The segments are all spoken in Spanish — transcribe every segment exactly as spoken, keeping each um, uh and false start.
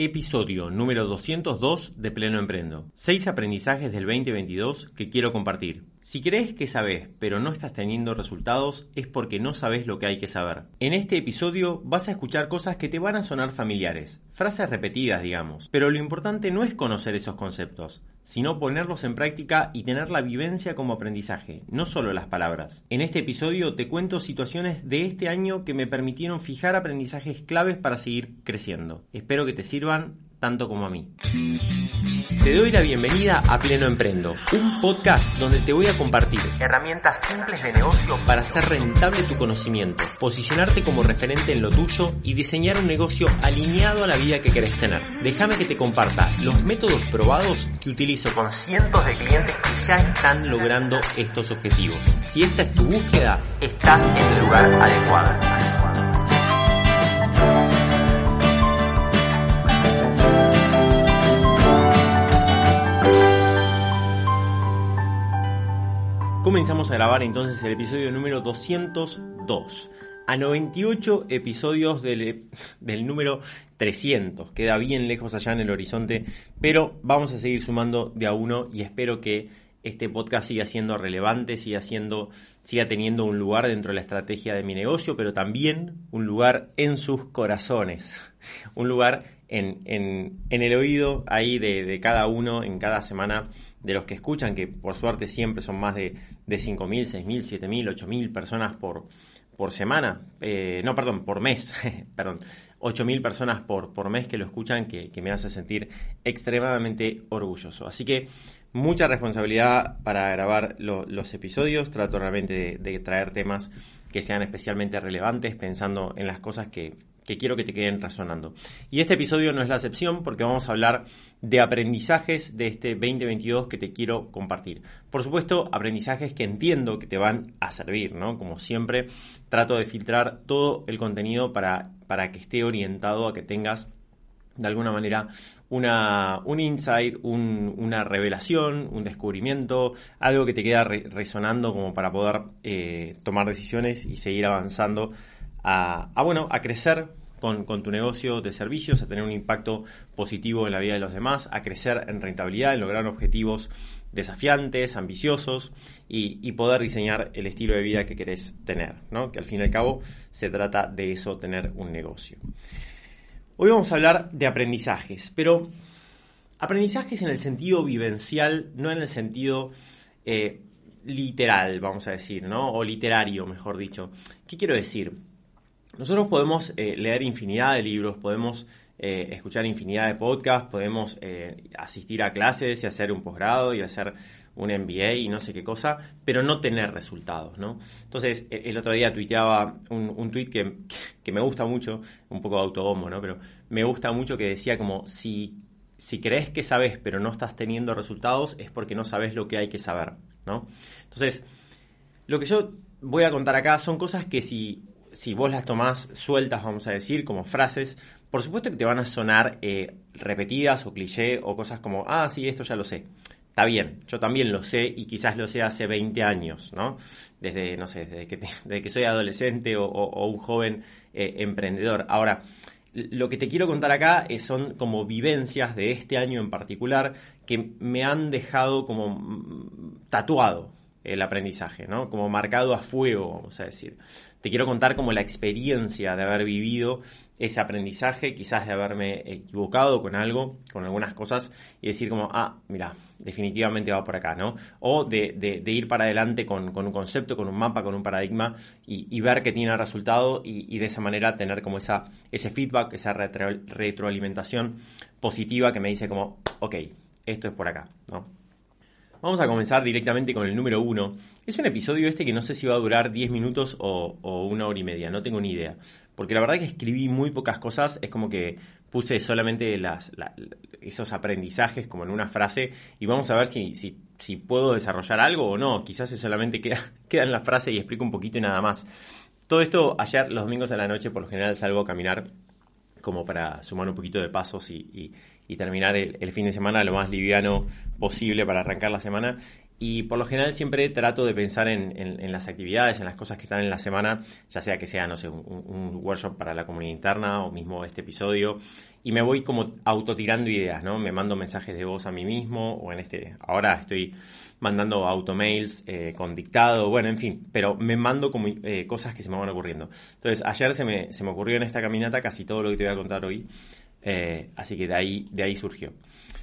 Episodio número doscientos dos de Pleno Emprendo. Seis aprendizajes del veinte veintidós que quiero compartir. Si crees que sabes, pero no estás teniendo resultados, es porque no sabes lo que hay que saber. En este episodio vas a escuchar cosas que te van a sonar familiares, frases repetidas, digamos. Pero lo importante no es conocer esos conceptos, sino ponerlos en práctica y tener la vivencia como aprendizaje, no solo las palabras. En este episodio te cuento situaciones de este año que me permitieron fijar aprendizajes claves para seguir creciendo. Espero que te sirvan tanto como a mí. Te doy la bienvenida a Pleno Emprendo, un podcast donde te voy a compartir herramientas simples de negocio para hacer rentable tu conocimiento, posicionarte como referente en lo tuyo y diseñar un negocio alineado a la vida que querés tener. Déjame que te comparta los métodos probados que utilizo con cientos de clientes que ya están logrando estos objetivos. Si esta es tu búsqueda, estás en el lugar adecuado. Comenzamos a grabar entonces el episodio número doscientos dos. A noventa y ocho episodios del, del número trescientos. Queda bien lejos allá en el horizonte, pero vamos a seguir sumando de a uno y espero que este podcast siga siendo relevante, siga, siendo, siga teniendo un lugar dentro de la estrategia de mi negocio, pero también un lugar en sus corazones. Un lugar en, en, en el oído ahí de, de cada uno, en cada semana, de los que escuchan, que por suerte siempre son más de, de cinco mil, seis mil, siete mil, ocho mil personas por, por semana, eh, no, perdón, por mes, perdón, ocho mil personas por, por mes que lo escuchan, que, que me hace sentir extremadamente orgulloso. Así que mucha responsabilidad para grabar lo, los episodios, trato realmente de, de traer temas que sean especialmente relevantes, pensando en las cosas que, que quiero que te queden resonando. Y este episodio no es la excepción porque vamos a hablar de aprendizajes de este veinte veintidós que te quiero compartir. Por supuesto, aprendizajes que entiendo que te van a servir, ¿no? Como siempre, trato de filtrar todo el contenido para, para que esté orientado a que tengas de alguna manera una, un insight, un, una revelación, un descubrimiento, algo que te queda re- resonando como para poder eh, tomar decisiones y seguir avanzando a, a, bueno, a crecer Con, con tu negocio de servicios, a tener un impacto positivo en la vida de los demás, a crecer en rentabilidad, en lograr objetivos desafiantes, ambiciosos y, y poder diseñar el estilo de vida que querés tener, ¿no? Que al fin y al cabo se trata de eso, tener un negocio. Hoy vamos a hablar de aprendizajes, pero aprendizajes en el sentido vivencial, no en el sentido eh, literal, vamos a decir, ¿no? O literario, mejor dicho. ¿Qué quiero decir? Nosotros podemos eh, leer infinidad de libros, podemos eh, escuchar infinidad de podcasts, podemos eh, asistir a clases y hacer un posgrado y hacer un M B A y no sé qué cosa, pero no tener resultados, ¿no? Entonces, el, el otro día tuiteaba un, un tuit que, que me gusta mucho, un poco de autobombo, ¿no? Pero me gusta mucho que decía como, si, si crees que sabes pero no estás teniendo resultados es porque no sabes lo que hay que saber, ¿no? Entonces, lo que yo voy a contar acá son cosas que si... Si vos las tomás sueltas, vamos a decir, como frases, por supuesto que te van a sonar eh, repetidas o cliché o cosas como, ah, sí, esto ya lo sé. Está bien, yo también lo sé y quizás lo sé hace veinte años, ¿no? Desde, no sé, desde que, te, desde que soy adolescente o, o, o un joven eh, emprendedor. Ahora, lo que te quiero contar acá es, son como vivencias de este año en particular que me han dejado como tatuado el aprendizaje, ¿no? Como marcado a fuego, vamos a decir. Te quiero contar como la experiencia de haber vivido ese aprendizaje, quizás de haberme equivocado con algo, con algunas cosas, y decir como, ah, mira, definitivamente va por acá, ¿no? O de, de, de ir para adelante con, con un concepto, con un mapa, con un paradigma, y, y ver que tiene resultado, y, y de esa manera tener como esa, ese feedback, esa retro, retroalimentación positiva que me dice como, ok, esto es por acá, ¿no? Vamos a comenzar directamente con el número uno. Es un episodio este que no sé si va a durar diez minutos o, o una hora y media, no tengo ni idea. Porque la verdad que escribí muy pocas cosas, es como que puse solamente las, la, esos aprendizajes como en una frase y vamos a ver si, si, si puedo desarrollar algo o no. Quizás solamente queda, queda en la frase y explico un poquito y nada más. Todo esto ayer, los domingos a la noche, por lo general salgo a caminar como para sumar un poquito de pasos y... y y terminar el, el fin de semana lo más liviano posible para arrancar la semana. y por lo general siempre trato de pensar en, en, en las actividades, en las cosas que están en la semana, ya sea que sea, no sé, un, un workshop para la comunidad interna o mismo este episodio, y me voy como autotirando ideas, ¿no? Me mando mensajes de voz a mí mismo, o en este, ahora estoy mandando automails eh, con dictado, bueno, en fin, pero me mando como eh, cosas que se me van ocurriendo. Entonces, ayer se me, se me ocurrió en esta caminata casi todo lo que te voy a contar hoy, eh, así que de ahí, de ahí surgió.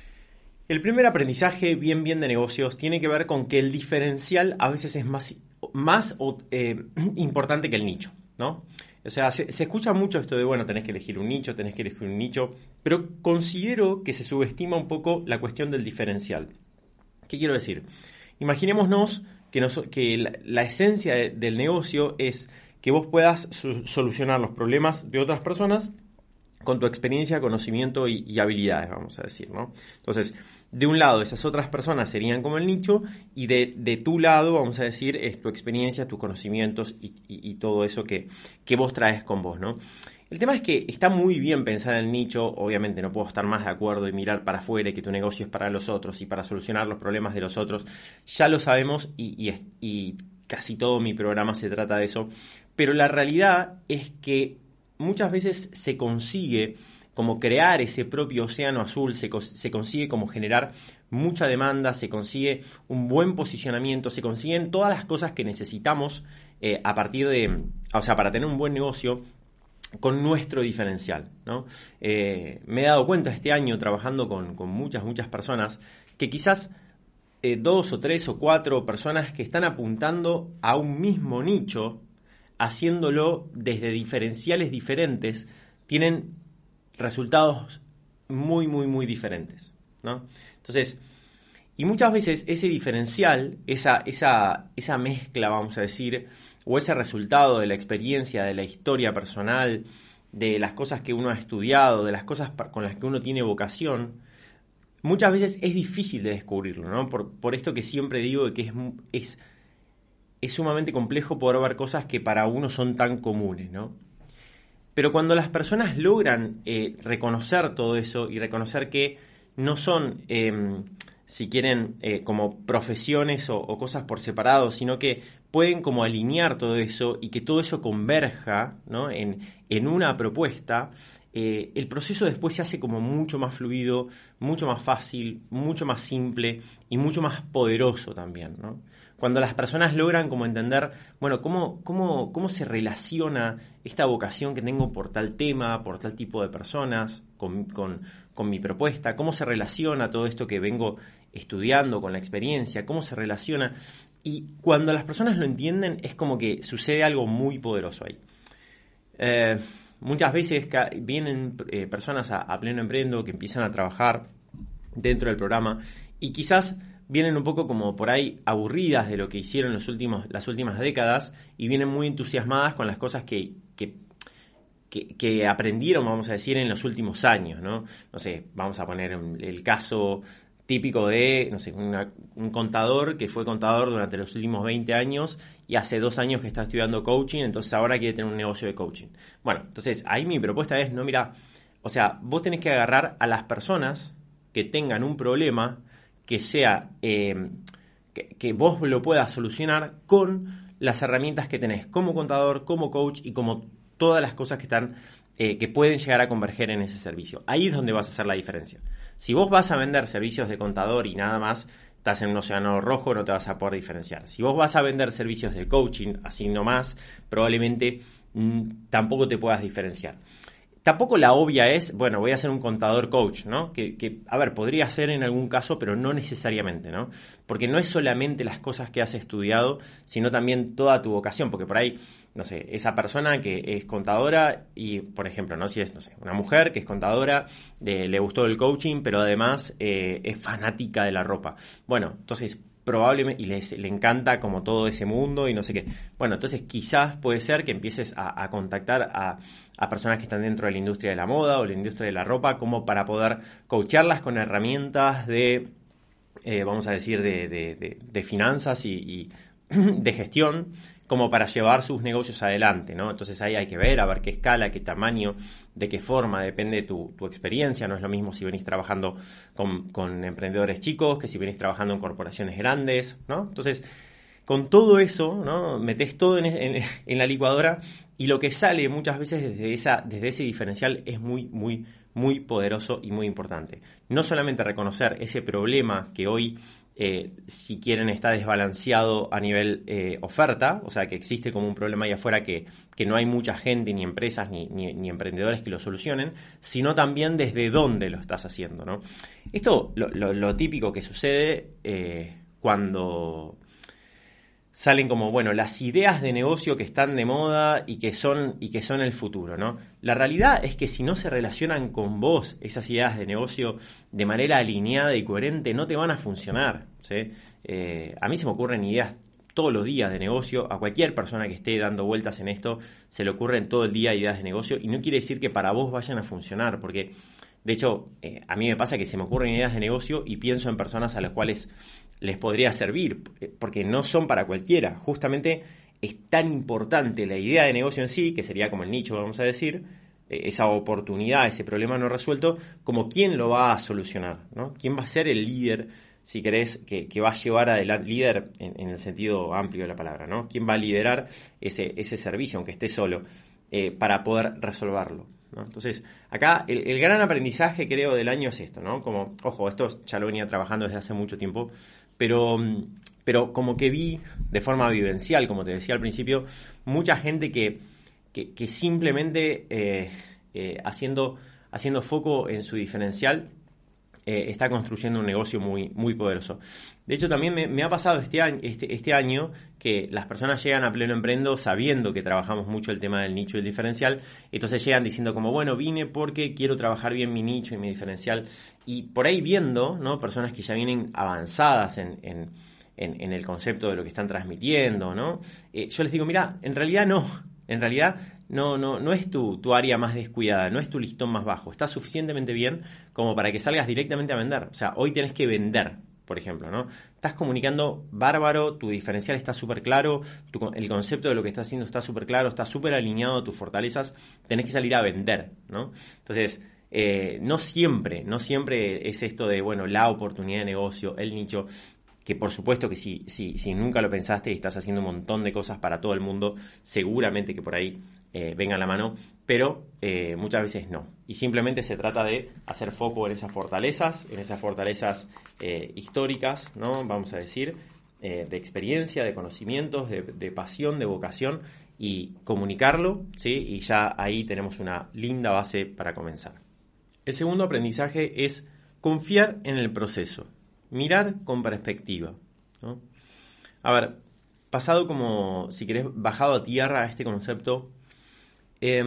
El primer aprendizaje bien bien de negocios tiene que ver con que el diferencial a veces es más, más eh, importante que el nicho, ¿no? O sea, se, se escucha mucho esto de, bueno, tenés que elegir un nicho, tenés que elegir un nicho, pero considero que se subestima un poco la cuestión del diferencial. ¿Qué quiero decir? Imaginémonos que, nos, que la, la esencia de, del negocio es que vos puedas su, solucionar los problemas de otras personas con tu experiencia, conocimiento y, y habilidades, vamos a decir, ¿no? Entonces, de un lado, esas otras personas serían como el nicho, y de, de tu lado, vamos a decir, es tu experiencia, tus conocimientos y, y, y todo eso que, que vos traes con vos, ¿no? El tema es que está muy bien pensar en el nicho, obviamente no puedo estar más de acuerdo y mirar para afuera y que tu negocio es para los otros y para solucionar los problemas de los otros, ya lo sabemos y, y, y casi todo mi programa se trata de eso, pero la realidad es que muchas veces se consigue como crear ese propio océano azul, se, se consigue como generar mucha demanda, se consigue un buen posicionamiento, se consiguen todas las cosas que necesitamos eh, a partir de, o sea, para tener un buen negocio con nuestro diferencial, ¿no? Eh, me he dado cuenta este año trabajando con, con muchas, muchas personas que quizás eh, dos o tres o cuatro personas que están apuntando a un mismo nicho, haciéndolo desde diferenciales diferentes, tienen resultados muy, muy, muy diferentes, ¿no? Entonces, y muchas veces ese diferencial, esa, esa, esa mezcla, vamos a decir, o ese resultado de la experiencia, de la historia personal, de las cosas que uno ha estudiado, de las cosas con las que uno tiene vocación, muchas veces es difícil de descubrirlo, ¿no? Por, por esto que siempre digo que es, es, es sumamente complejo poder ver cosas que para uno son tan comunes, ¿no? Pero cuando las personas logran eh, reconocer todo eso y reconocer que no son, eh, si quieren, eh, como profesiones o, o cosas por separado, sino que pueden como alinear todo eso y que todo eso converja, ¿no? en, en una propuesta, eh, el proceso después se hace como mucho más fluido, mucho más fácil, mucho más simple y mucho más poderoso también, ¿no? Cuando las personas logran como entender, bueno, cómo, cómo, cómo se relaciona esta vocación que tengo por tal tema, por tal tipo de personas, con, con, con mi propuesta, cómo se relaciona todo esto que vengo estudiando con la experiencia, cómo se relaciona. Y cuando las personas lo entienden, es como que sucede algo muy poderoso ahí. Eh, muchas veces ca- vienen eh, personas a, a Pleno Emprendo que empiezan a trabajar dentro del programa y quizás vienen un poco como por ahí aburridas de lo que hicieron los últimos, las últimas décadas y vienen muy entusiasmadas con las cosas que, que, que, que aprendieron, vamos a decir, en los últimos años, ¿no? No sé, vamos a poner el caso típico de, no sé, una, un contador que fue contador durante los últimos veinte años y hace dos años que está estudiando coaching, entonces ahora quiere tener un negocio de coaching. Bueno, entonces ahí mi propuesta es, no, mira, o sea, vos tenés que agarrar a las personas que tengan un problema que sea, eh, que, que vos lo puedas solucionar con las herramientas que tenés como contador, como coach y como todas las cosas que están, eh, que pueden llegar a converger en ese servicio. Ahí es donde vas a hacer la diferencia. Si vos vas a vender servicios de contador y nada más, estás en un océano rojo, no te vas a poder diferenciar. Si vos vas a vender servicios de coaching, así nomás, probablemente mmm, tampoco te puedas diferenciar. Tampoco la obvia es, bueno, voy a ser un contador coach, ¿no? Que, que, a ver, podría ser en algún caso, pero no necesariamente, ¿no? Porque no es solamente las cosas que has estudiado, sino también toda tu vocación, porque por ahí, no sé, esa persona que es contadora y, por ejemplo, ¿no? Si es, no sé, una mujer que es contadora, de, le gustó el coaching, pero además eh, es fanática de la ropa. Bueno, entonces probablemente, y les, le encanta como todo ese mundo y no sé qué. Bueno, entonces quizás puede ser que empieces a, a contactar a, a personas que están dentro de la industria de la moda o la industria de la ropa como para poder coacharlas con herramientas de, eh, vamos a decir, de, de, de, de finanzas y, y de gestión como para llevar sus negocios adelante, ¿no? Entonces ahí hay que ver, a ver qué escala, qué tamaño, de qué forma, depende de tu, tu experiencia. No es lo mismo si venís trabajando con, con emprendedores chicos que si venís trabajando en corporaciones grandes, ¿no? Entonces, con todo eso, ¿no? Metés todo en, en, en la licuadora y lo que sale muchas veces desde, esa, desde ese diferencial es muy, muy, muy poderoso y muy importante. No solamente reconocer ese problema que hoy, eh, si quieren, está desbalanceado a nivel eh, oferta, o sea, que existe como un problema ahí afuera que, que no hay mucha gente, ni empresas, ni, ni, ni emprendedores que lo solucionen, sino también desde dónde lo estás haciendo, ¿no? Esto, lo, lo, lo típico que sucede eh, cuando salen como, bueno, las ideas de negocio que están de moda y que son, y que son el futuro, ¿no? La realidad es que si no se relacionan con vos, esas ideas de negocio, de manera alineada y coherente, no te van a funcionar, ¿sí? Eh, a mí se me ocurren ideas todos los días de negocio. A cualquier persona que esté dando vueltas en esto, se le ocurren todo el día ideas de negocio, y no quiere decir que para vos vayan a funcionar, porque, de hecho, eh, a mí me pasa que se me ocurren ideas de negocio y pienso en personas a las cuales les podría servir, porque no son para cualquiera. Justamente es tan importante la idea de negocio en sí, que sería como el nicho, vamos a decir, esa oportunidad, ese problema no resuelto, como quién lo va a solucionar, ¿no? ¿Quién va a ser el líder, si querés, que, que va a llevar adelante, líder en, en el sentido amplio de la palabra, ¿no? ¿Quién va a liderar ese, ese servicio, aunque esté solo, eh, para poder resolverlo, ¿no? Entonces, acá el, el gran aprendizaje, creo, del año es esto, ¿no? Como, ojo, esto ya lo venía trabajando desde hace mucho tiempo, pero, pero como que vi de forma vivencial, como te decía al principio, mucha gente que, que, que simplemente eh, eh, haciendo, haciendo foco en su diferencial eh, está construyendo un negocio muy, muy poderoso. De hecho, también me, me ha pasado este año, este, este año que las personas llegan a Pleno Emprendo sabiendo que trabajamos mucho el tema del nicho y el diferencial. Entonces llegan diciendo como, bueno, vine porque quiero trabajar bien mi nicho y mi diferencial. Y por ahí viendo, ¿no?, personas que ya vienen avanzadas en, en, en, en el concepto de lo que están transmitiendo, ¿no? Eh, yo les digo, mira, en realidad no. En realidad no, no, no es tu, tu área más descuidada, no es tu listón más bajo. Estás suficientemente bien como para que salgas directamente a vender. O sea, hoy tenés que vender, por ejemplo, ¿no? Estás comunicando bárbaro, tu diferencial está súper claro, tu, el concepto de lo que estás haciendo está súper claro, está súper alineado a tus fortalezas, tenés que salir a vender, ¿no? Entonces, eh, no siempre, no siempre es esto de, bueno, la oportunidad de negocio, el nicho, que por supuesto que si, si, si nunca lo pensaste y estás haciendo un montón de cosas para todo el mundo, seguramente que por ahí eh, venga a la mano, pero eh, muchas veces no. Y simplemente se trata de hacer foco en esas fortalezas, en esas fortalezas eh, históricas, ¿no? Vamos a decir, eh, de experiencia, de conocimientos, de, de pasión, de vocación, y comunicarlo, ¿sí? Y ya ahí tenemos una linda base para comenzar. El segundo aprendizaje es confiar en el proceso. Mirar con perspectiva, ¿no? A ver, pasado como, si querés, bajado a tierra a este concepto, eh,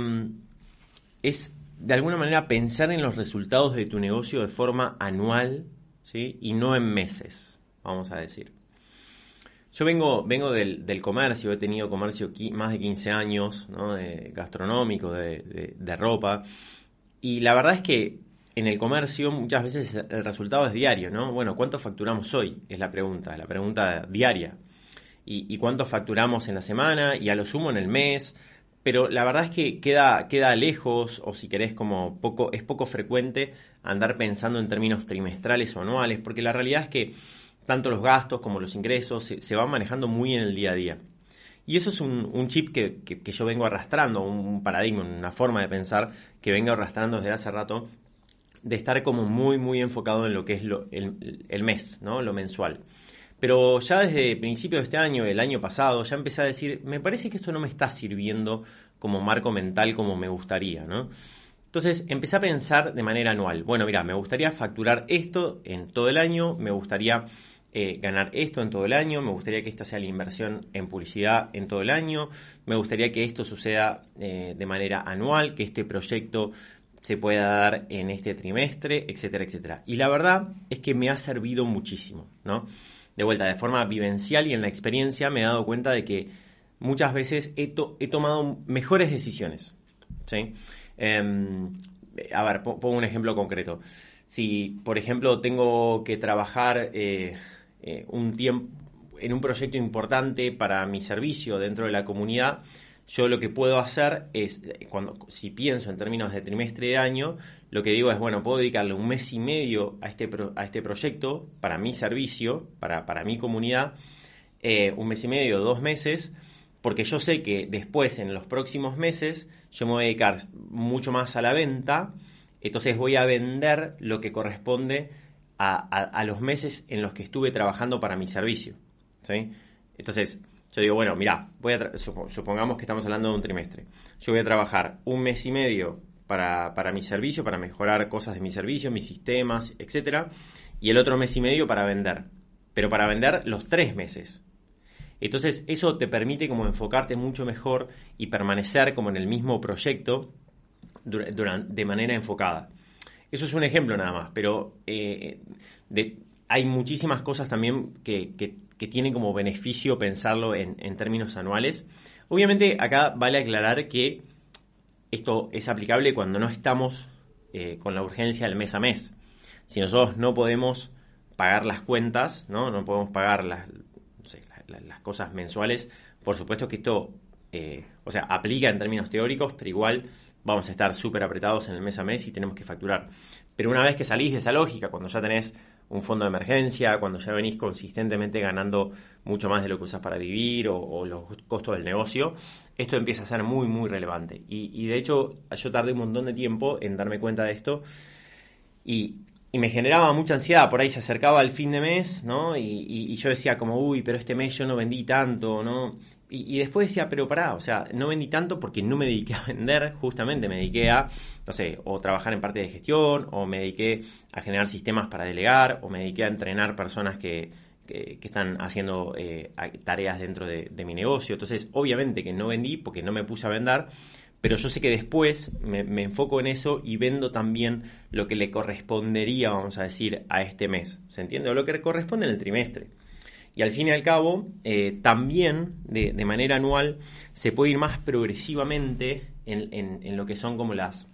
es de alguna manera pensar en los resultados de tu negocio de forma anual, ¿sí? Y no en meses, vamos a decir. Yo vengo, vengo del, del comercio, he tenido comercio qui- más de quince años, ¿no? De gastronómico, de, de, de ropa, y la verdad es que en el comercio muchas veces el resultado es diario, ¿no? Bueno, ¿cuánto facturamos hoy? Es la pregunta, la pregunta diaria. ¿Y, y cuánto facturamos en la semana? Y a lo sumo en el mes. Pero la verdad es que queda, queda lejos, o si querés, como poco, es poco frecuente andar pensando en términos trimestrales o anuales, porque la realidad es que tanto los gastos como los ingresos se, se van manejando muy en el día a día. Y eso es un, un chip que, que, que yo vengo arrastrando, un paradigma, una forma de pensar que vengo arrastrando desde hace rato, de estar como muy, muy enfocado en lo que es lo, el, el mes, ¿no? Lo mensual. Pero ya desde principios de este año, el año pasado, ya empecé a decir, me parece que esto no me está sirviendo como marco mental como me gustaría, ¿no? Entonces empecé a pensar de manera anual. Bueno, mira, me gustaría facturar esto en todo el año, me gustaría eh, ganar esto en todo el año, me gustaría que esta sea la inversión en publicidad en todo el año, me gustaría que esto suceda eh, de manera anual, que este proyecto se pueda dar en este trimestre, etcétera, etcétera. Y la verdad es que me ha servido muchísimo, ¿no? De vuelta, de forma vivencial y en la experiencia me he dado cuenta de que muchas veces he, to- he tomado mejores decisiones, ¿sí? Eh, a ver, po- pongo un ejemplo concreto. Si, por ejemplo, tengo que trabajar eh, eh, un tiempo, en un proyecto importante para mi servicio dentro de la comunidad, yo lo que puedo hacer es, cuando si pienso en términos de trimestre de año, lo que digo es, bueno, puedo dedicarle un mes y medio a este, pro, a este proyecto para mi servicio, para, para mi comunidad, eh, un mes y medio, dos meses, porque yo sé que después, en los próximos meses, yo me voy a dedicar mucho más a la venta, entonces voy a vender lo que corresponde a, a, a los meses en los que estuve trabajando para mi servicio, ¿sí? Entonces, yo digo, bueno, mirá, voy a tra- supongamos que estamos hablando de un trimestre. Yo voy a trabajar un mes y medio para, para mi servicio, para mejorar cosas de mi servicio, mis sistemas, etcétera, y el otro mes y medio para vender, pero para vender los tres meses. Entonces, eso te permite como enfocarte mucho mejor y permanecer como en el mismo proyecto durante, de manera enfocada. Eso es un ejemplo nada más, pero eh, de, hay muchísimas cosas también que, que, que tienen como beneficio pensarlo en, en términos anuales. Obviamente acá vale aclarar que esto es aplicable cuando no estamos eh, con la urgencia del mes a mes. Si nosotros no podemos pagar las cuentas, no, no podemos pagar las, no sé, las, las cosas mensuales, por supuesto que esto, eh, o sea, aplica en términos teóricos, pero igual vamos a estar súper apretados en el mes a mes y tenemos que facturar. Pero una vez que salís de esa lógica, cuando ya tenés un fondo de emergencia, cuando ya venís consistentemente ganando mucho más de lo que usás para vivir o, o los costos del negocio, esto empieza a ser muy, muy relevante. Y, y de hecho, yo tardé un montón de tiempo en darme cuenta de esto y, y me generaba mucha ansiedad. Por ahí se acercaba el fin de mes, ¿no? Y, y, y yo decía como, uy, pero este mes yo no vendí tanto, ¿no? Y, y después decía, pero pará, o sea, no vendí tanto porque no me dediqué a vender, justamente me dediqué a, no sé, o trabajar en parte de gestión, o me dediqué a generar sistemas para delegar, o me dediqué a entrenar personas que, que, que están haciendo eh, tareas dentro de, de mi negocio. Entonces, obviamente que no vendí porque no me puse a vender, pero yo sé que después me, me enfoco en eso y vendo también lo que le correspondería, vamos a decir, a este mes, ¿se entiende? O lo que corresponde en el trimestre. Y al fin y al cabo, eh, también de, de manera anual se puede ir más progresivamente en, en, en lo que son como las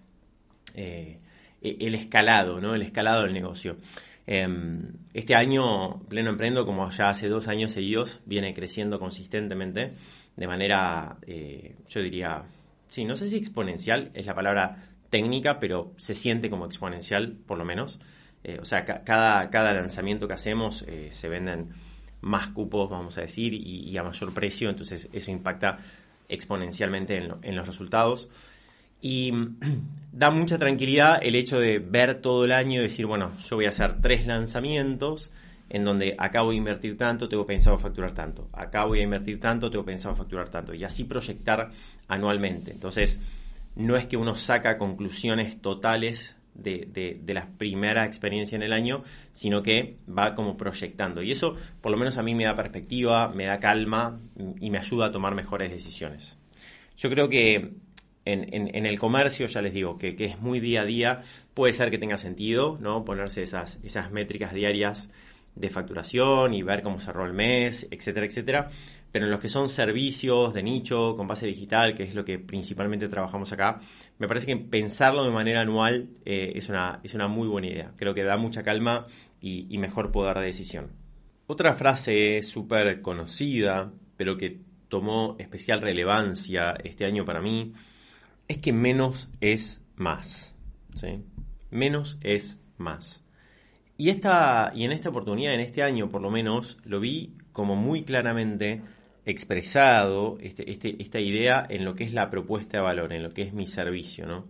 eh, el escalado, ¿no? El escalado del negocio. Eh, este año, Pleno Emprendo, como ya hace dos años seguidos, viene creciendo consistentemente de manera, eh, yo diría, sí, no sé si exponencial es la palabra técnica, pero se siente como exponencial, por lo menos. Eh, o sea, ca- cada, cada lanzamiento que hacemos eh, se venden más cupos, vamos a decir, y, y a mayor precio, entonces eso impacta exponencialmente en, lo, en los resultados. Y da mucha tranquilidad el hecho de ver todo el año y decir, bueno, yo voy a hacer tres lanzamientos en donde acá voy a invertir tanto, tengo pensado facturar tanto, acá voy a invertir tanto, tengo pensado facturar tanto, y así proyectar anualmente. Entonces, no es que uno saca conclusiones totales De, de, de la primera experiencia en el año, sino que va como proyectando. Y eso, por lo menos a mí me da perspectiva, me da calma y me ayuda a tomar mejores decisiones. Yo creo que en, en, en el comercio, ya les digo, que, que es muy día a día, puede ser que tenga sentido, ¿no? Ponerse esas, esas métricas diarias de facturación y ver cómo cerró el mes, etcétera, etcétera. Pero en los que son servicios de nicho, con base digital, que es lo que principalmente trabajamos acá, me parece que pensarlo de manera anual eh, es, una, es una muy buena idea. Creo que da mucha calma y, y mejor poder de decisión. Otra frase súper conocida, pero que tomó especial relevancia este año para mí, es que menos es más, ¿sí? Menos es más. Y, esta, y en esta oportunidad, en este año por lo menos, lo vi como muy claramente expresado este, este, esta idea en lo que es la propuesta de valor, en lo que es mi servicio, ¿no?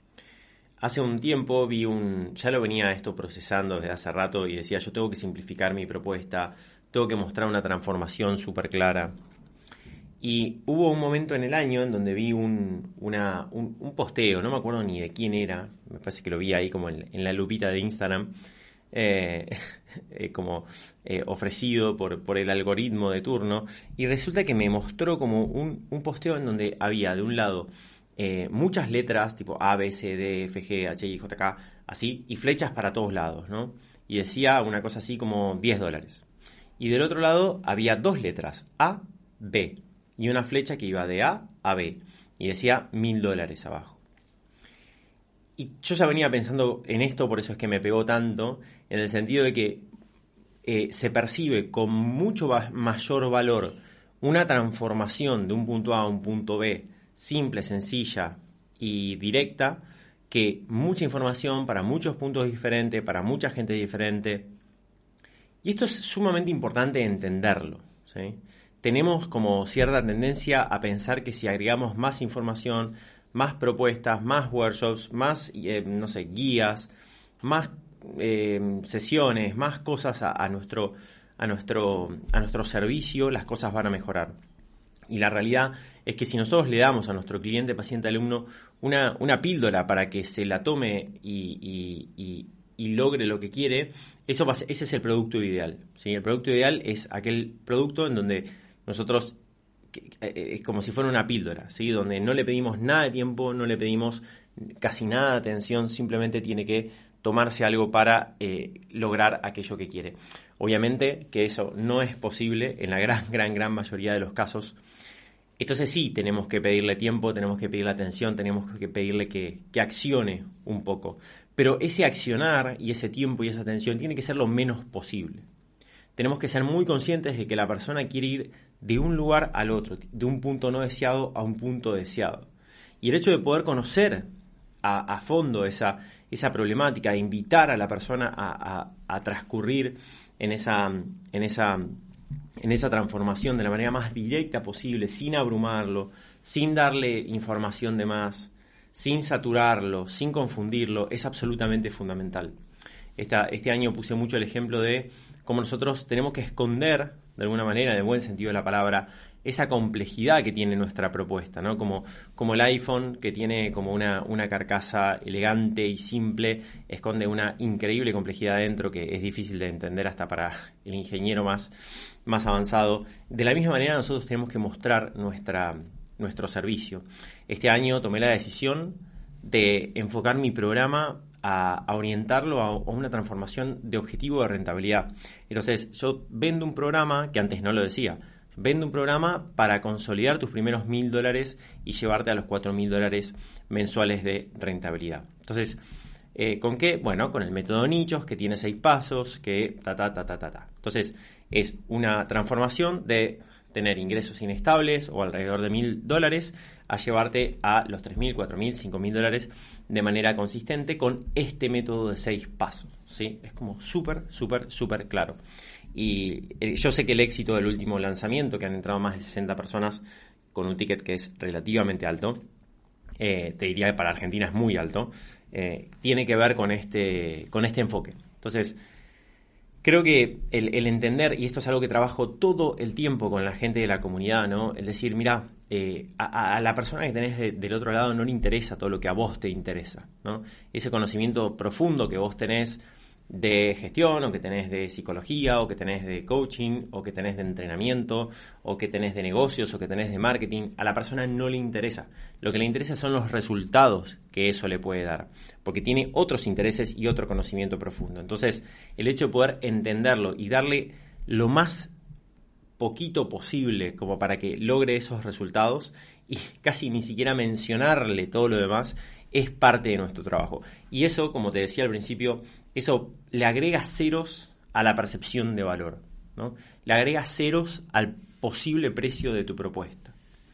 Hace un tiempo vi un... ya lo venía esto procesando desde hace rato y decía, yo tengo que simplificar mi propuesta, tengo que mostrar una transformación súper clara. Y hubo un momento en el año en donde vi un, una, un, un posteo, no me acuerdo ni de quién era, me parece que lo vi ahí como en, en la lupita de Instagram, Eh, eh, como eh, ofrecido por, por el algoritmo de turno, y resulta que me mostró como un, un posteo en donde había de un lado eh, muchas letras tipo A, B, C, D, F, G, H, I, J, K, así, y flechas para todos lados, ¿no? Y decía una cosa así como diez dólares. Y del otro lado había dos letras, A, B, y una flecha que iba de A a B, y decía mil dólares abajo. Y yo ya venía pensando en esto, por eso es que me pegó tanto, en el sentido de que eh, se percibe con mucho va- mayor valor una transformación de un punto A a un punto B, simple, sencilla y directa, que mucha información para muchos puntos diferentes, para mucha gente diferente. Y esto es sumamente importante entenderlo, ¿sí? Tenemos como cierta tendencia a pensar que si agregamos más información, más propuestas, más workshops, más, eh, no sé, guías, más eh, sesiones, más cosas a, a, nuestro, a, nuestro, a nuestro servicio, las cosas van a mejorar. Y la realidad es que si nosotros le damos a nuestro cliente, paciente, alumno, una, una píldora para que se la tome y, y, y, y logre lo que quiere, eso va a ser, ese es el producto ideal, ¿sí? El producto ideal es aquel producto en donde nosotros, es como si fuera una píldora, ¿sí? Donde no le pedimos nada de tiempo, no le pedimos casi nada de atención, simplemente tiene que tomarse algo para eh, lograr aquello que quiere. Obviamente que eso no es posible en la gran, gran, gran mayoría de los casos. Entonces sí, tenemos que pedirle tiempo, tenemos que pedirle atención, tenemos que pedirle que, que accione un poco. Pero ese accionar y ese tiempo y esa atención tiene que ser lo menos posible. Tenemos que ser muy conscientes de que la persona quiere ir de un lugar al otro, de un punto no deseado a un punto deseado. Y el hecho de poder conocer a, a fondo esa, esa problemática, de invitar a la persona a, a, a transcurrir en esa, en esa, en esa transformación de la manera más directa posible, sin abrumarlo, sin darle información de más, sin saturarlo, sin confundirlo, es absolutamente fundamental. Esta, este año puse mucho el ejemplo de cómo nosotros tenemos que esconder, de alguna manera, en el buen sentido de la palabra, esa complejidad que tiene nuestra propuesta, ¿no? Como, como el iPhone, que tiene como una, una carcasa elegante y simple, esconde una increíble complejidad dentro que es difícil de entender hasta para el ingeniero más, más avanzado. De la misma manera, nosotros tenemos que mostrar nuestra, nuestro servicio. Este año tomé la decisión de enfocar mi programa a, a orientarlo a, a una transformación de objetivo de rentabilidad. Entonces, yo vendo un programa que antes no lo decía. Vende un programa para consolidar tus primeros mil dólares y llevarte a los cuatro mil dólares mensuales de rentabilidad. Entonces, eh, ¿con qué? Bueno, con el método nichos, que tiene seis pasos, que ta, ta, ta, ta, ta, ta. Entonces, es una transformación de tener ingresos inestables o alrededor de mil dólares a llevarte a los tres mil, cuatro mil, cinco mil dólares de manera consistente con este método de seis pasos, ¿sí? Es como súper, súper, súper claro. Y yo sé que el éxito del último lanzamiento, que han entrado más de sesenta personas con un ticket que es relativamente alto, eh, te diría que para Argentina es muy alto, eh, tiene que ver con este, con este enfoque. Entonces, creo que el, el entender, y esto es algo que trabajo todo el tiempo con la gente de la comunidad, ¿no? El decir, mira, eh, a, a la persona que tenés de, del otro lado no le interesa todo lo que a vos te interesa, ¿no? Ese conocimiento profundo que vos tenés de gestión, o que tenés de psicología, o que tenés de coaching, o que tenés de entrenamiento, o que tenés de negocios, o que tenés de marketing, a la persona no le interesa. Lo que le interesa son los resultados que eso le puede dar, porque tiene otros intereses y otro conocimiento profundo. Entonces, el hecho de poder entenderlo y darle lo más poquito posible como para que logre esos resultados y casi ni siquiera mencionarle todo lo demás, es parte de nuestro trabajo. Y eso, como te decía al principio, eso le agrega ceros a la percepción de valor, ¿no? Le agrega ceros al posible precio de tu propuesta,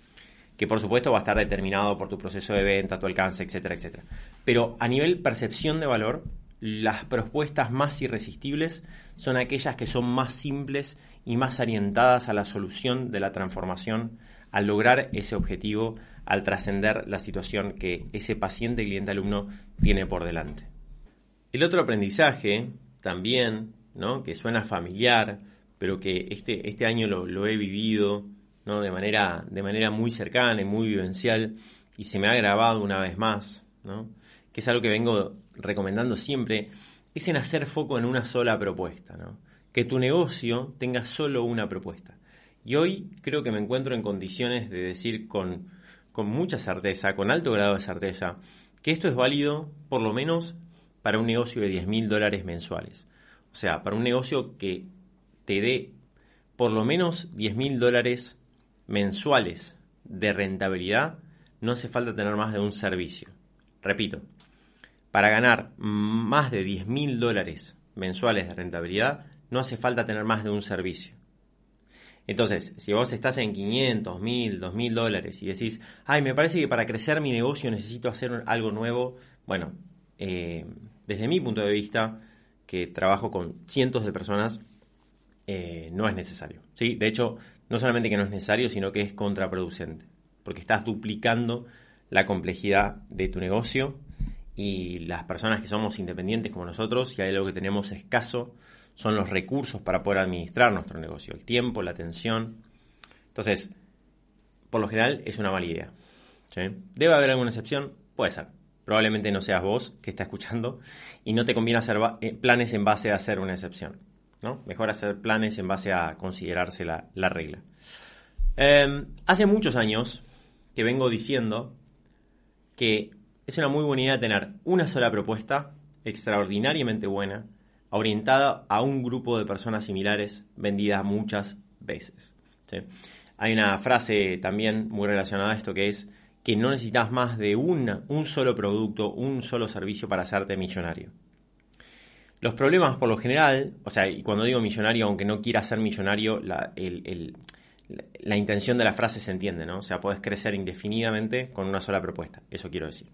que por supuesto va a estar determinado por tu proceso de venta, tu alcance, etcétera, etcétera. Pero a nivel percepción de valor, las propuestas más irresistibles son aquellas que son más simples y más orientadas a la solución de la transformación, al lograr ese objetivo, al trascender la situación que ese paciente, cliente, alumno tiene por delante. El otro aprendizaje también, ¿no?, que suena familiar, pero que este, este año lo, lo he vivido, ¿no?, de manera, de manera muy cercana y muy vivencial, y se me ha grabado una vez más, ¿no?, que es algo que vengo recomendando siempre, es en hacer foco en una sola propuesta, ¿no? Que tu negocio tenga solo una propuesta. Y hoy creo que me encuentro en condiciones de decir con, con mucha certeza, con alto grado de certeza, que esto es válido por lo menos para un negocio de diez mil dólares mensuales. O sea, para un negocio que te dé por lo menos diez mil dólares mensuales de rentabilidad, no hace falta tener más de un servicio. Repito, para ganar más de diez mil dólares mensuales de rentabilidad, no hace falta tener más de un servicio. Entonces, si vos estás en quinientos, mil, dos mil dólares y decís, ay, me parece que para crecer mi negocio necesito hacer algo nuevo, bueno, eh, desde mi punto de vista, que trabajo con cientos de personas, eh, no es necesario, ¿sí? De hecho, no solamente que no es necesario, sino que es contraproducente, porque estás duplicando la complejidad de tu negocio y las personas que somos independientes como nosotros, si hay algo que tenemos escaso, son los recursos para poder administrar nuestro negocio, el tiempo, la atención. Entonces, por lo general es una mala idea, ¿sí? ¿Debe haber alguna excepción? Puede ser. Probablemente no seas vos que está escuchando y no te conviene hacer planes en base a hacer una excepción, ¿no? Mejor hacer planes en base a considerarse la, la regla. Eh, hace muchos años que vengo diciendo que es una muy buena idea tener una sola propuesta extraordinariamente buena, orientada a un grupo de personas similares, vendida muchas veces, ¿sí? Hay una frase también muy relacionada a esto que es que no necesitas más de una, un solo producto, un solo servicio para hacerte millonario. Los problemas por lo general, o sea, y cuando digo millonario, aunque no quieras ser millonario, la, el, el, la intención de la frase se entiende, ¿no? O sea, podés crecer indefinidamente con una sola propuesta, eso quiero decir.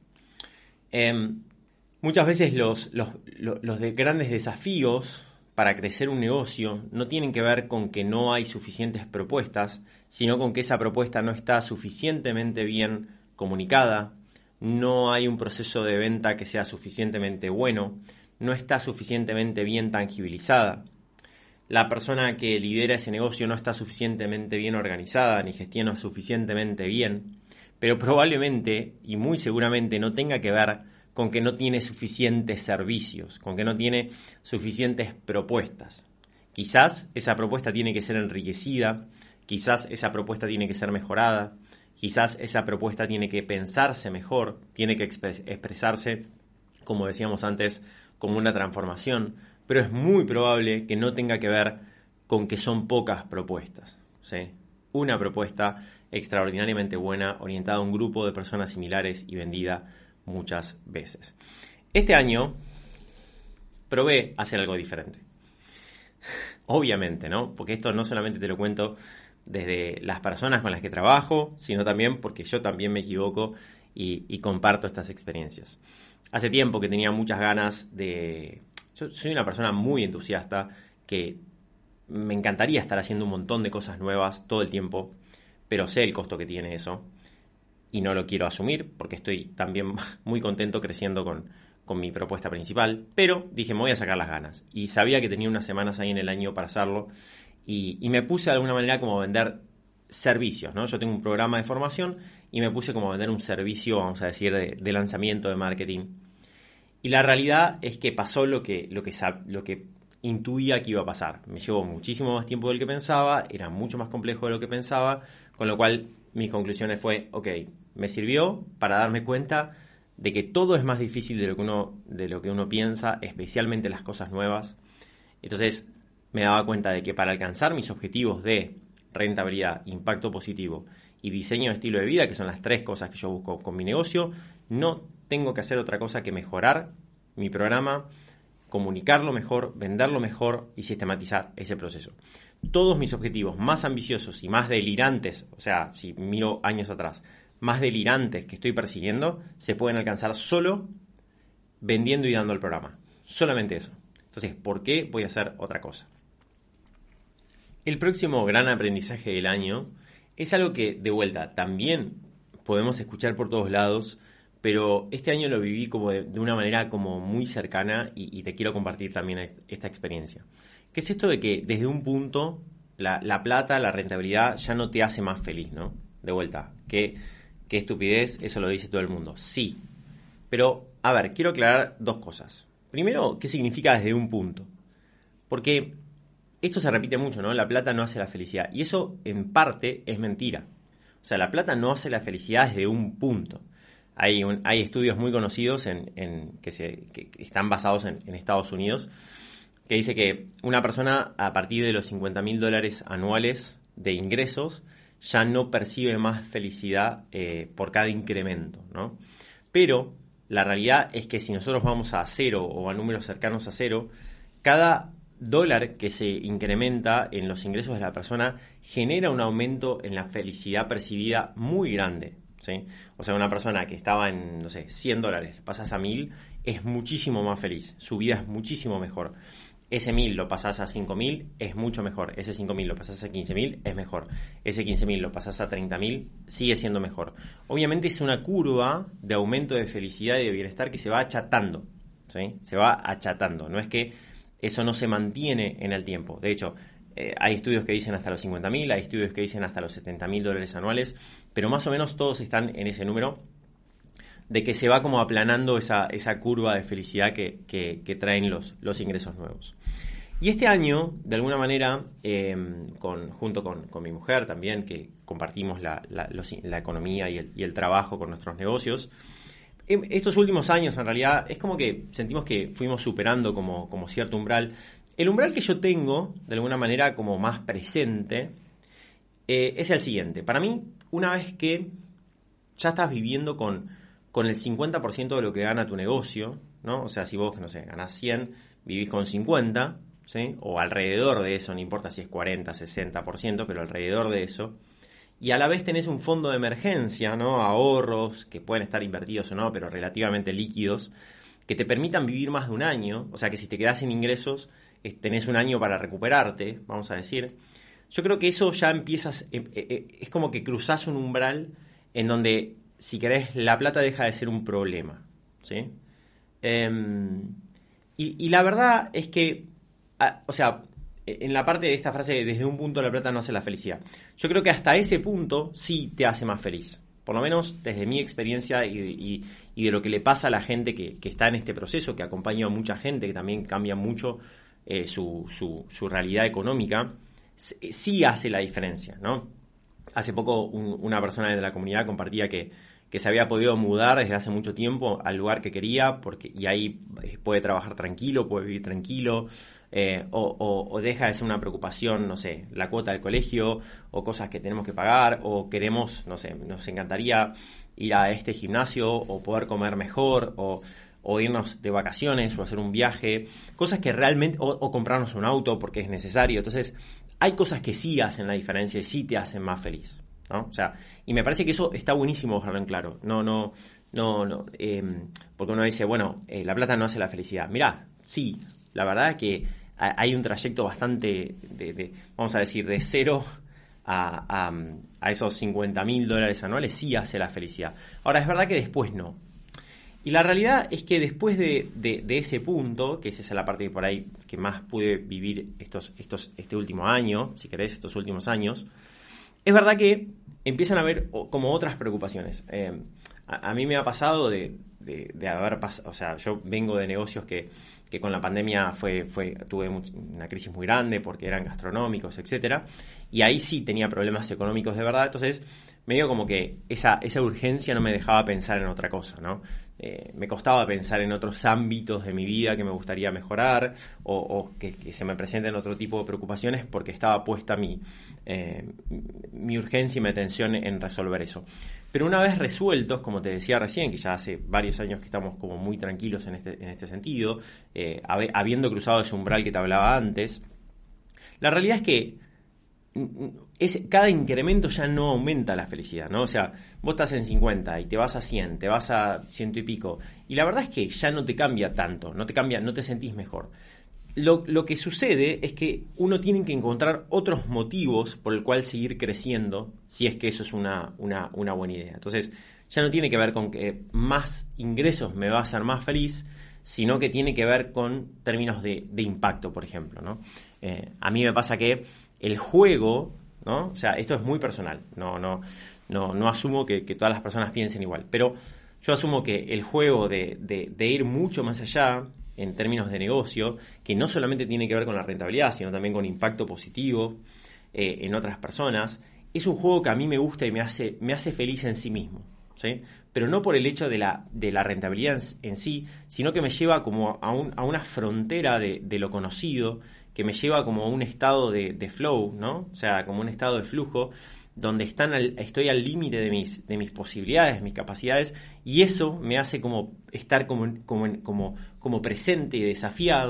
Eh, Muchas veces los, los, los de grandes desafíos para crecer un negocio no tienen que ver con que no hay suficientes propuestas, sino con que esa propuesta no está suficientemente bien comunicada, no hay un proceso de venta que sea suficientemente bueno, no está suficientemente bien tangibilizada. La persona que lidera ese negocio no está suficientemente bien organizada ni gestiona suficientemente bien, pero probablemente y muy seguramente no tenga que ver con que no tiene suficientes servicios, con que no tiene suficientes propuestas. Quizás esa propuesta tiene que ser enriquecida, quizás esa propuesta tiene que ser mejorada, quizás esa propuesta tiene que pensarse mejor, tiene que expres- expresarse, como decíamos antes, como una transformación, pero es muy probable que no tenga que ver con que son pocas propuestas, ¿sí? Una propuesta extraordinariamente buena, orientada a un grupo de personas similares y vendida muchas veces. Este año probé hacer algo diferente. Obviamente, ¿no? Porque esto no solamente te lo cuento desde las personas con las que trabajo, sino también porque yo también me equivoco y, y comparto estas experiencias. Hace tiempo que tenía muchas ganas de... Yo soy una persona muy entusiasta que me encantaría estar haciendo un montón de cosas nuevas todo el tiempo, pero sé el costo que tiene eso. Y no lo quiero asumir porque estoy también muy contento creciendo con, con mi propuesta principal. Pero dije, me voy a sacar las ganas. Y sabía que tenía unas semanas ahí en el año para hacerlo. Y, y me puse de alguna manera como a vender servicios, ¿no? Yo tengo un programa de formación y me puse como a vender un servicio, vamos a decir, de, de lanzamiento de marketing. Y la realidad es que pasó lo que, lo que, lo que intuía que iba a pasar. Me llevó muchísimo más tiempo del que pensaba, era mucho más complejo de lo que pensaba, con lo cual mis conclusiones fue, ok, me sirvió para darme cuenta de que todo es más difícil de lo que uno, de lo que uno piensa, especialmente las cosas nuevas. Entonces me daba cuenta de que para alcanzar mis objetivos de rentabilidad, impacto positivo y diseño de estilo de vida, que son las tres cosas que yo busco con mi negocio, no tengo que hacer otra cosa que mejorar mi programa, comunicarlo mejor, venderlo mejor y sistematizar ese proceso. Todos mis objetivos más ambiciosos y más delirantes, o sea, si miro años atrás, más delirantes que estoy persiguiendo, se pueden alcanzar solo vendiendo y dando el programa. Solamente eso. Entonces, ¿por qué voy a hacer otra cosa? El próximo gran aprendizaje del año es algo que, de vuelta, también podemos escuchar por todos lados, pero este año lo viví como de, de una manera como muy cercana y, y te quiero compartir también esta experiencia. ¿Qué es esto de que desde un punto la, la plata, la rentabilidad ya no te hace más feliz, ¿no? De vuelta, ¿qué, qué estupidez? Eso lo dice todo el mundo. Sí, pero a ver, quiero aclarar dos cosas. Primero, ¿qué significa desde un punto? Porque esto se repite mucho, ¿no? La plata no hace la felicidad. Y eso, en parte, es mentira. O sea, la plata no hace la felicidad desde un punto. Hay, un, hay estudios muy conocidos en, en, que, se, que están basados en, en Estados Unidos que dice que una persona a partir de los cincuenta mil dólares anuales de ingresos ya no percibe más felicidad eh, por cada incremento, ¿no? Pero la realidad es que si nosotros vamos a cero o a números cercanos a cero, cada dólar que se incrementa en los ingresos de la persona genera un aumento en la felicidad percibida muy grande, ¿sí? O sea, una persona que estaba en, no sé, cien dólares, pasas a mil, es muchísimo más feliz, su vida es muchísimo mejor. Ese mil lo pasás a cinco mil, es mucho mejor. Ese cinco mil lo pasás a quince mil, es mejor. Ese quince mil lo pasás a treinta mil, sigue siendo mejor. Obviamente es una curva de aumento de felicidad y de bienestar que se va achatando, ¿sí? Se va achatando. No es que eso no se mantiene en el tiempo. De hecho, eh, hay estudios que dicen hasta los cincuenta mil, hay estudios que dicen hasta los setenta mil dólares anuales, pero más o menos todos están en ese número de que se va como aplanando esa, esa curva de felicidad que, que, que traen los, los ingresos nuevos. Y este año, de alguna manera, eh, con, junto con, con mi mujer también, que compartimos la, la, los, la economía y el, y el trabajo con nuestros negocios, eh, estos últimos años en realidad es como que sentimos que fuimos superando como, como cierto umbral. El umbral que yo tengo, de alguna manera como más presente, eh, es el siguiente. Para mí, una vez que ya estás viviendo con... con el cincuenta por ciento de lo que gana tu negocio, ¿no? O sea, si vos, no sé, ganás cien, vivís con cincuenta, ¿sí? O alrededor de eso, no importa si es cuarenta, sesenta por ciento, pero alrededor de eso. Y a la vez tenés un fondo de emergencia, ¿no? Ahorros que pueden estar invertidos o no, pero relativamente líquidos, que te permitan vivir más de un año. O sea, que si te quedás sin ingresos, tenés un año para recuperarte, vamos a decir. Yo creo que eso ya empiezas, es como que cruzás un umbral en donde, si querés, la plata deja de ser un problema, ¿sí? Eh, y, y la verdad es que, a, o sea, en la parte de esta frase, de desde un punto la plata no hace la felicidad, yo creo que hasta ese punto sí te hace más feliz. Por lo menos desde mi experiencia y, y, y de lo que le pasa a la gente que, que está en este proceso, que acompaña a mucha gente, que también cambia mucho eh, su, su, su realidad económica, sí hace la diferencia, ¿no? Hace poco un, una persona de la comunidad compartía que, que se había podido mudar desde hace mucho tiempo al lugar que quería, porque, y ahí puede trabajar tranquilo, puede vivir tranquilo, eh, o, o, o deja de ser una preocupación, no sé, la cuota del colegio, o cosas que tenemos que pagar, o queremos, no sé, nos encantaría ir a este gimnasio, o poder comer mejor, o, o irnos de vacaciones, o hacer un viaje, cosas que realmente, o, o comprarnos un auto porque es necesario. Entonces, hay cosas que sí hacen la diferencia y sí te hacen más feliz, ¿no? O sea, y me parece que eso está buenísimo dejarlo en claro. No, no, no, no. Eh, porque uno dice, bueno, eh, la plata no hace la felicidad. Mirá, sí, la verdad es que hay un trayecto bastante, de, de, vamos a decir, de cero a, a, a esos cincuenta mil dólares anuales, sí hace la felicidad. Ahora, es verdad que después no. Y la realidad es que después de, de, de ese punto, que esa es la parte que por ahí que más pude vivir estos, estos, este último año, si querés, estos últimos años, es verdad que empiezan a haber como otras preocupaciones. Eh, a, a mí me ha pasado de, de, de haber pasado, o sea, yo vengo de negocios que, que con la pandemia fue, fue tuve much, una crisis muy grande porque eran gastronómicos, etcétera, y ahí sí tenía problemas económicos de verdad. Entonces medio como que esa, esa urgencia no me dejaba pensar en otra cosa, ¿no? Eh, me costaba pensar en otros ámbitos de mi vida que me gustaría mejorar o, o que, que se me presenten otro tipo de preocupaciones, porque estaba puesta mi, eh, mi urgencia y mi atención en resolver eso. Pero una vez resueltos, como te decía recién, que ya hace varios años que estamos como muy tranquilos en este, en este sentido, eh, hab- habiendo cruzado ese umbral que te hablaba antes, la realidad es que Es, cada incremento ya no aumenta la felicidad, ¿no? O sea, vos estás en cincuenta y te vas a cien, te vas a ciento y pico, y la verdad es que ya no te cambia tanto, no te cambia, no te sentís mejor. Lo, lo que sucede es que uno tiene que encontrar otros motivos por el cual seguir creciendo, si es que eso es una, una, una buena idea. Entonces, ya no tiene que ver con que más ingresos me va a hacer más feliz, sino que tiene que ver con términos de, de impacto, por ejemplo, ¿no? Eh, a mí me pasa que el juego, ¿no? O sea, esto es muy personal, no, no, no, no asumo que, que todas las personas piensen igual, pero yo asumo que el juego de, de, de ir mucho más allá en términos de negocio, que no solamente tiene que ver con la rentabilidad, sino también con impacto positivo eh, en otras personas, es un juego que a mí me gusta y me hace, me hace feliz en sí mismo, ¿sí? Pero no por el hecho de la, de la rentabilidad en, en sí, sino que me lleva como a, un, a una frontera de, de lo conocido, que me lleva como a un estado de, de flow, ¿no? O sea, como un estado de flujo, donde están al, estoy al límite de mis, de mis posibilidades, de mis capacidades, y eso me hace como estar como, como, como, como presente y desafiado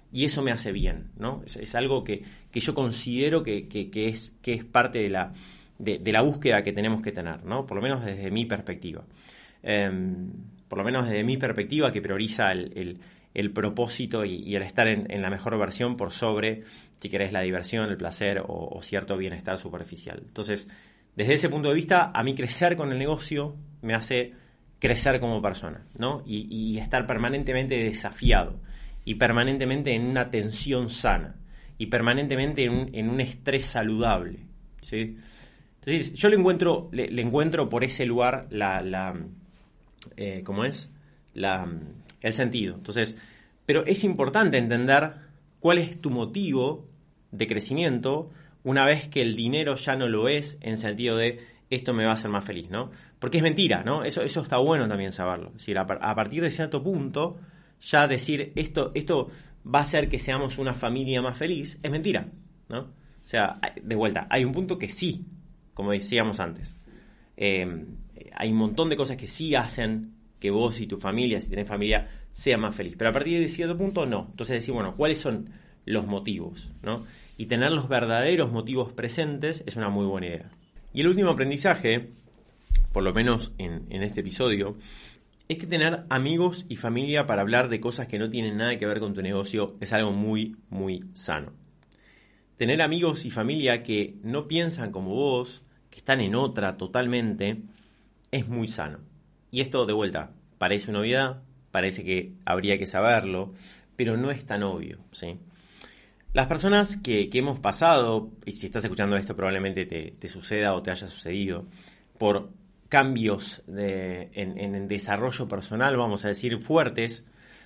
y eso me hace bien, ¿no? Es, es algo que, que yo considero que, que, que, es, que es parte de la, de, de la búsqueda que tenemos que tener, ¿no? Por lo menos desde mi perspectiva. Eh, por lo menos desde mi perspectiva, que prioriza el, el, el propósito y, y el estar en, en la mejor versión por sobre, si querés, la diversión, el placer o, o cierto bienestar superficial. Entonces, desde ese punto de vista, a mí crecer con el negocio me hace crecer como persona, ¿no? Y, y estar permanentemente desafiado y permanentemente en una tensión sana y permanentemente en un, en un estrés saludable, ¿sí? Entonces, yo le encuentro, le, le encuentro por ese lugar la, la eh, ¿cómo es? La, el sentido. Entonces, pero es importante entender cuál es tu motivo de crecimiento una vez que el dinero ya no lo es, en sentido de esto me va a hacer más feliz, ¿no? Porque es mentira, ¿no? Eso, eso está bueno también saberlo. Es decir, a, a partir de cierto punto, ya decir esto, esto va a hacer que seamos una familia más feliz, es mentira, ¿no? O sea, de vuelta, hay un punto que sí, como decíamos antes. Eh, hay un montón de cosas que sí hacen que vos y tu familia, si tenés familia, sea más feliz. Pero a partir de cierto punto, no. Entonces decir, bueno, ¿cuáles son los motivos, ¿no? Y tener los verdaderos motivos presentes es una muy buena idea. Y el último aprendizaje, por lo menos en, en este episodio, es que tener amigos y familia para hablar de cosas que no tienen nada que ver con tu negocio es algo muy, muy sano. Tener amigos y familia que no piensan como vos, que están en otra totalmente, es muy sano. Y esto, de vuelta, parece una obviedad, parece que habría que saberlo, pero no es tan obvio, ¿sí? Las personas que, que hemos pasado, y si estás escuchando esto probablemente te, te suceda o te haya sucedido, por cambios de, en, en el desarrollo personal, vamos a decir, fuertes,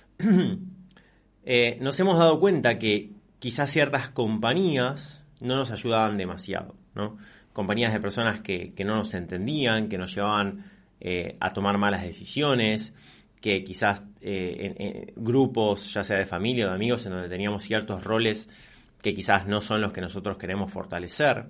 eh, nos hemos dado cuenta que quizás ciertas compañías no nos ayudaban demasiado, ¿no? Compañías de personas que, que no nos entendían, que nos llevaban eh, a tomar malas decisiones, que quizás eh, en, en grupos, ya sea de familia o de amigos, en donde teníamos ciertos roles que quizás no son los que nosotros queremos fortalecer.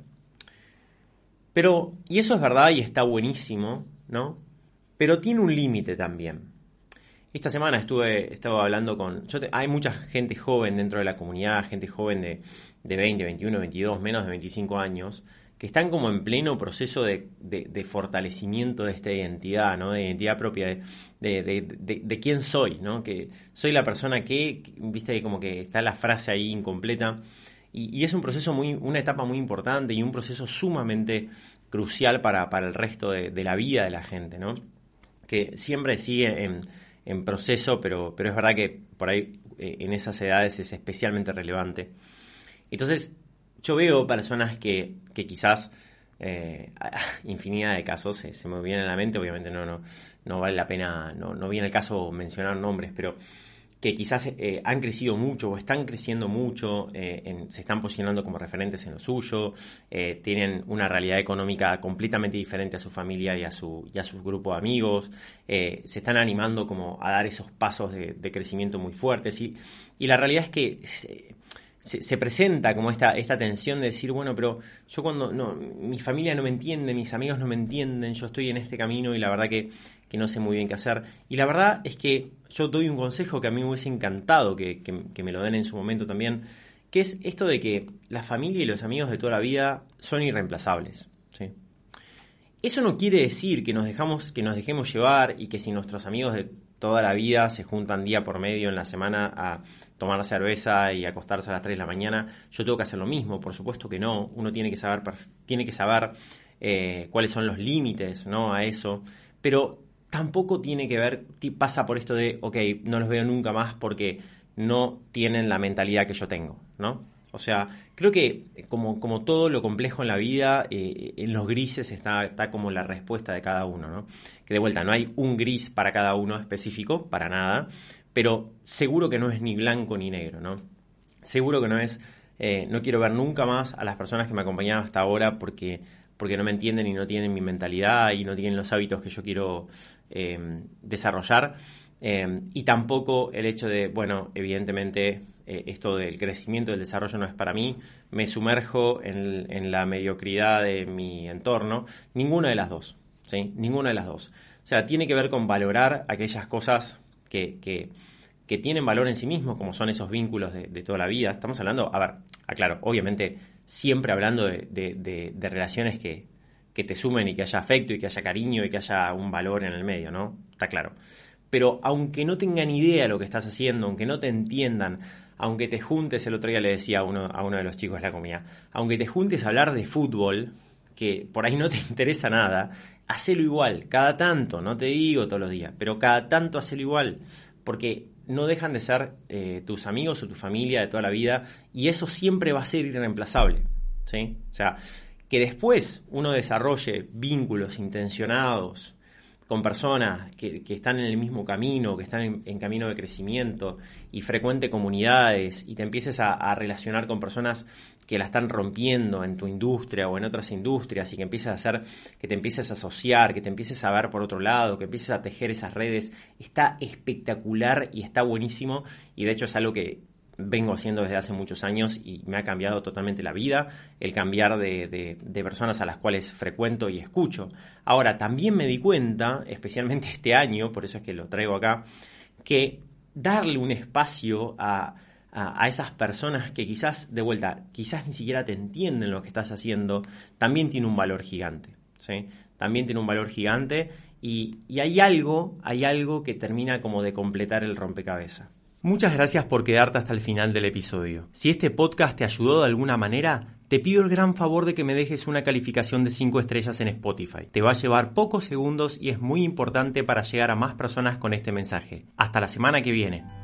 Pero, y eso es verdad y está buenísimo, ¿no? Pero tiene un límite también. Esta semana estuve estaba hablando con... Yo te, hay mucha gente joven dentro de la comunidad, gente joven de, de veinte, veintiuno, veintidós, menos de veinticinco años, que están como en pleno proceso de, de, de fortalecimiento de esta identidad, ¿no? De identidad propia, de, de, de, de, de quién soy, ¿no? Que soy la persona que, viste, como que está la frase ahí incompleta. Y, y es un proceso muy, una etapa muy importante y un proceso sumamente crucial para, para el resto de, de la vida de la gente, ¿no? Que siempre sigue en, en proceso, pero, pero es verdad que por ahí eh, en esas edades es especialmente relevante. Entonces, yo veo personas que, que quizás, eh, infinidad de casos, se, se me viene a la mente, obviamente no, no, no vale la pena, no, no viene el caso mencionar nombres, pero que quizás eh, han crecido mucho o están creciendo mucho, eh, en, se están posicionando como referentes en lo suyo, eh, tienen una realidad económica completamente diferente a su familia y a su, y a su grupo de amigos, eh, se están animando como a dar esos pasos de, de crecimiento muy fuertes y, y la realidad es que se, se, se presenta como esta, esta tensión de decir, bueno, pero yo cuando no, mi familia no me entiende, mis amigos no me entienden, yo estoy en este camino y la verdad que, que no sé muy bien qué hacer. Y la verdad es que yo doy un consejo que a mí me hubiese encantado que, que, que me lo den en su momento también, que es esto de que la familia y los amigos de toda la vida son irreemplazables, ¿sí? Eso no quiere decir que nos dejamos, que nos dejemos llevar y que si nuestros amigos de toda la vida se juntan día por medio en la semana a tomar cerveza y acostarse a las tres de la mañana, yo tengo que hacer lo mismo. Por supuesto que no. Uno tiene que saber, tiene que saber eh, cuáles son los límites, ¿no? A eso. Pero tampoco tiene que ver, pasa por esto de, ok, no los veo nunca más porque no tienen la mentalidad que yo tengo, ¿no? O sea, creo que como, como todo lo complejo en la vida, eh, en los grises está, está como la respuesta de cada uno, ¿no? Que de vuelta, no hay un gris para cada uno específico, para nada, pero seguro que no es ni blanco ni negro, ¿no? Seguro que no es, eh, no quiero ver nunca más a las personas que me acompañaban hasta ahora porque, porque no me entienden y no tienen mi mentalidad y no tienen los hábitos que yo quiero eh, desarrollar. Eh, y tampoco el hecho de, bueno, evidentemente eh, esto del crecimiento, del desarrollo no es para mí, me sumerjo en, en la mediocridad de mi entorno. Ninguna de las dos, ¿sí? Ninguna de las dos. O sea, tiene que ver con valorar aquellas cosas que, que, que tienen valor en sí mismos, como son esos vínculos de, de toda la vida. Estamos hablando, a ver, aclaro, obviamente siempre hablando de, de, de, de relaciones que, que te sumen y que haya afecto y que haya cariño y que haya un valor en el medio, ¿no? Está claro. Pero aunque no tengan idea de lo que estás haciendo, aunque no te entiendan, aunque te juntes, el otro día le decía a uno, a uno de los chicos de la comida, aunque te juntes a hablar de fútbol, que por ahí no te interesa nada, hacelo igual, cada tanto, no te digo todos los días, pero cada tanto hacelo igual, porque no dejan de ser eh, tus amigos o tu familia de toda la vida, y eso siempre va a ser irreemplazable, ¿sí? O sea, que después uno desarrolle vínculos intencionados con personas que, que están en el mismo camino, que están en, en camino de crecimiento, y frecuente comunidades, y te empieces a, a relacionar con personas que la están rompiendo en tu industria o en otras industrias, y que empieces a hacer, que te empieces a asociar, que te empieces a ver por otro lado, que empieces a tejer esas redes, está espectacular y está buenísimo, y de hecho es algo que vengo haciendo desde hace muchos años y me ha cambiado totalmente la vida, el cambiar de, de, de personas a las cuales frecuento y escucho. Ahora, también me di cuenta, especialmente este año, por eso es que lo traigo acá, que darle un espacio a, a, a esas personas que quizás, de vuelta, quizás ni siquiera te entienden lo que estás haciendo, también tiene un valor gigante, ¿sí? También tiene un valor gigante y, y hay algo, hay algo que termina como de completar el rompecabezas. Muchas gracias por quedarte hasta el final del episodio. Si este podcast te ayudó de alguna manera, te pido el gran favor de que me dejes una calificación de cinco estrellas en Spotify. Te va a llevar pocos segundos y es muy importante para llegar a más personas con este mensaje. Hasta la semana que viene.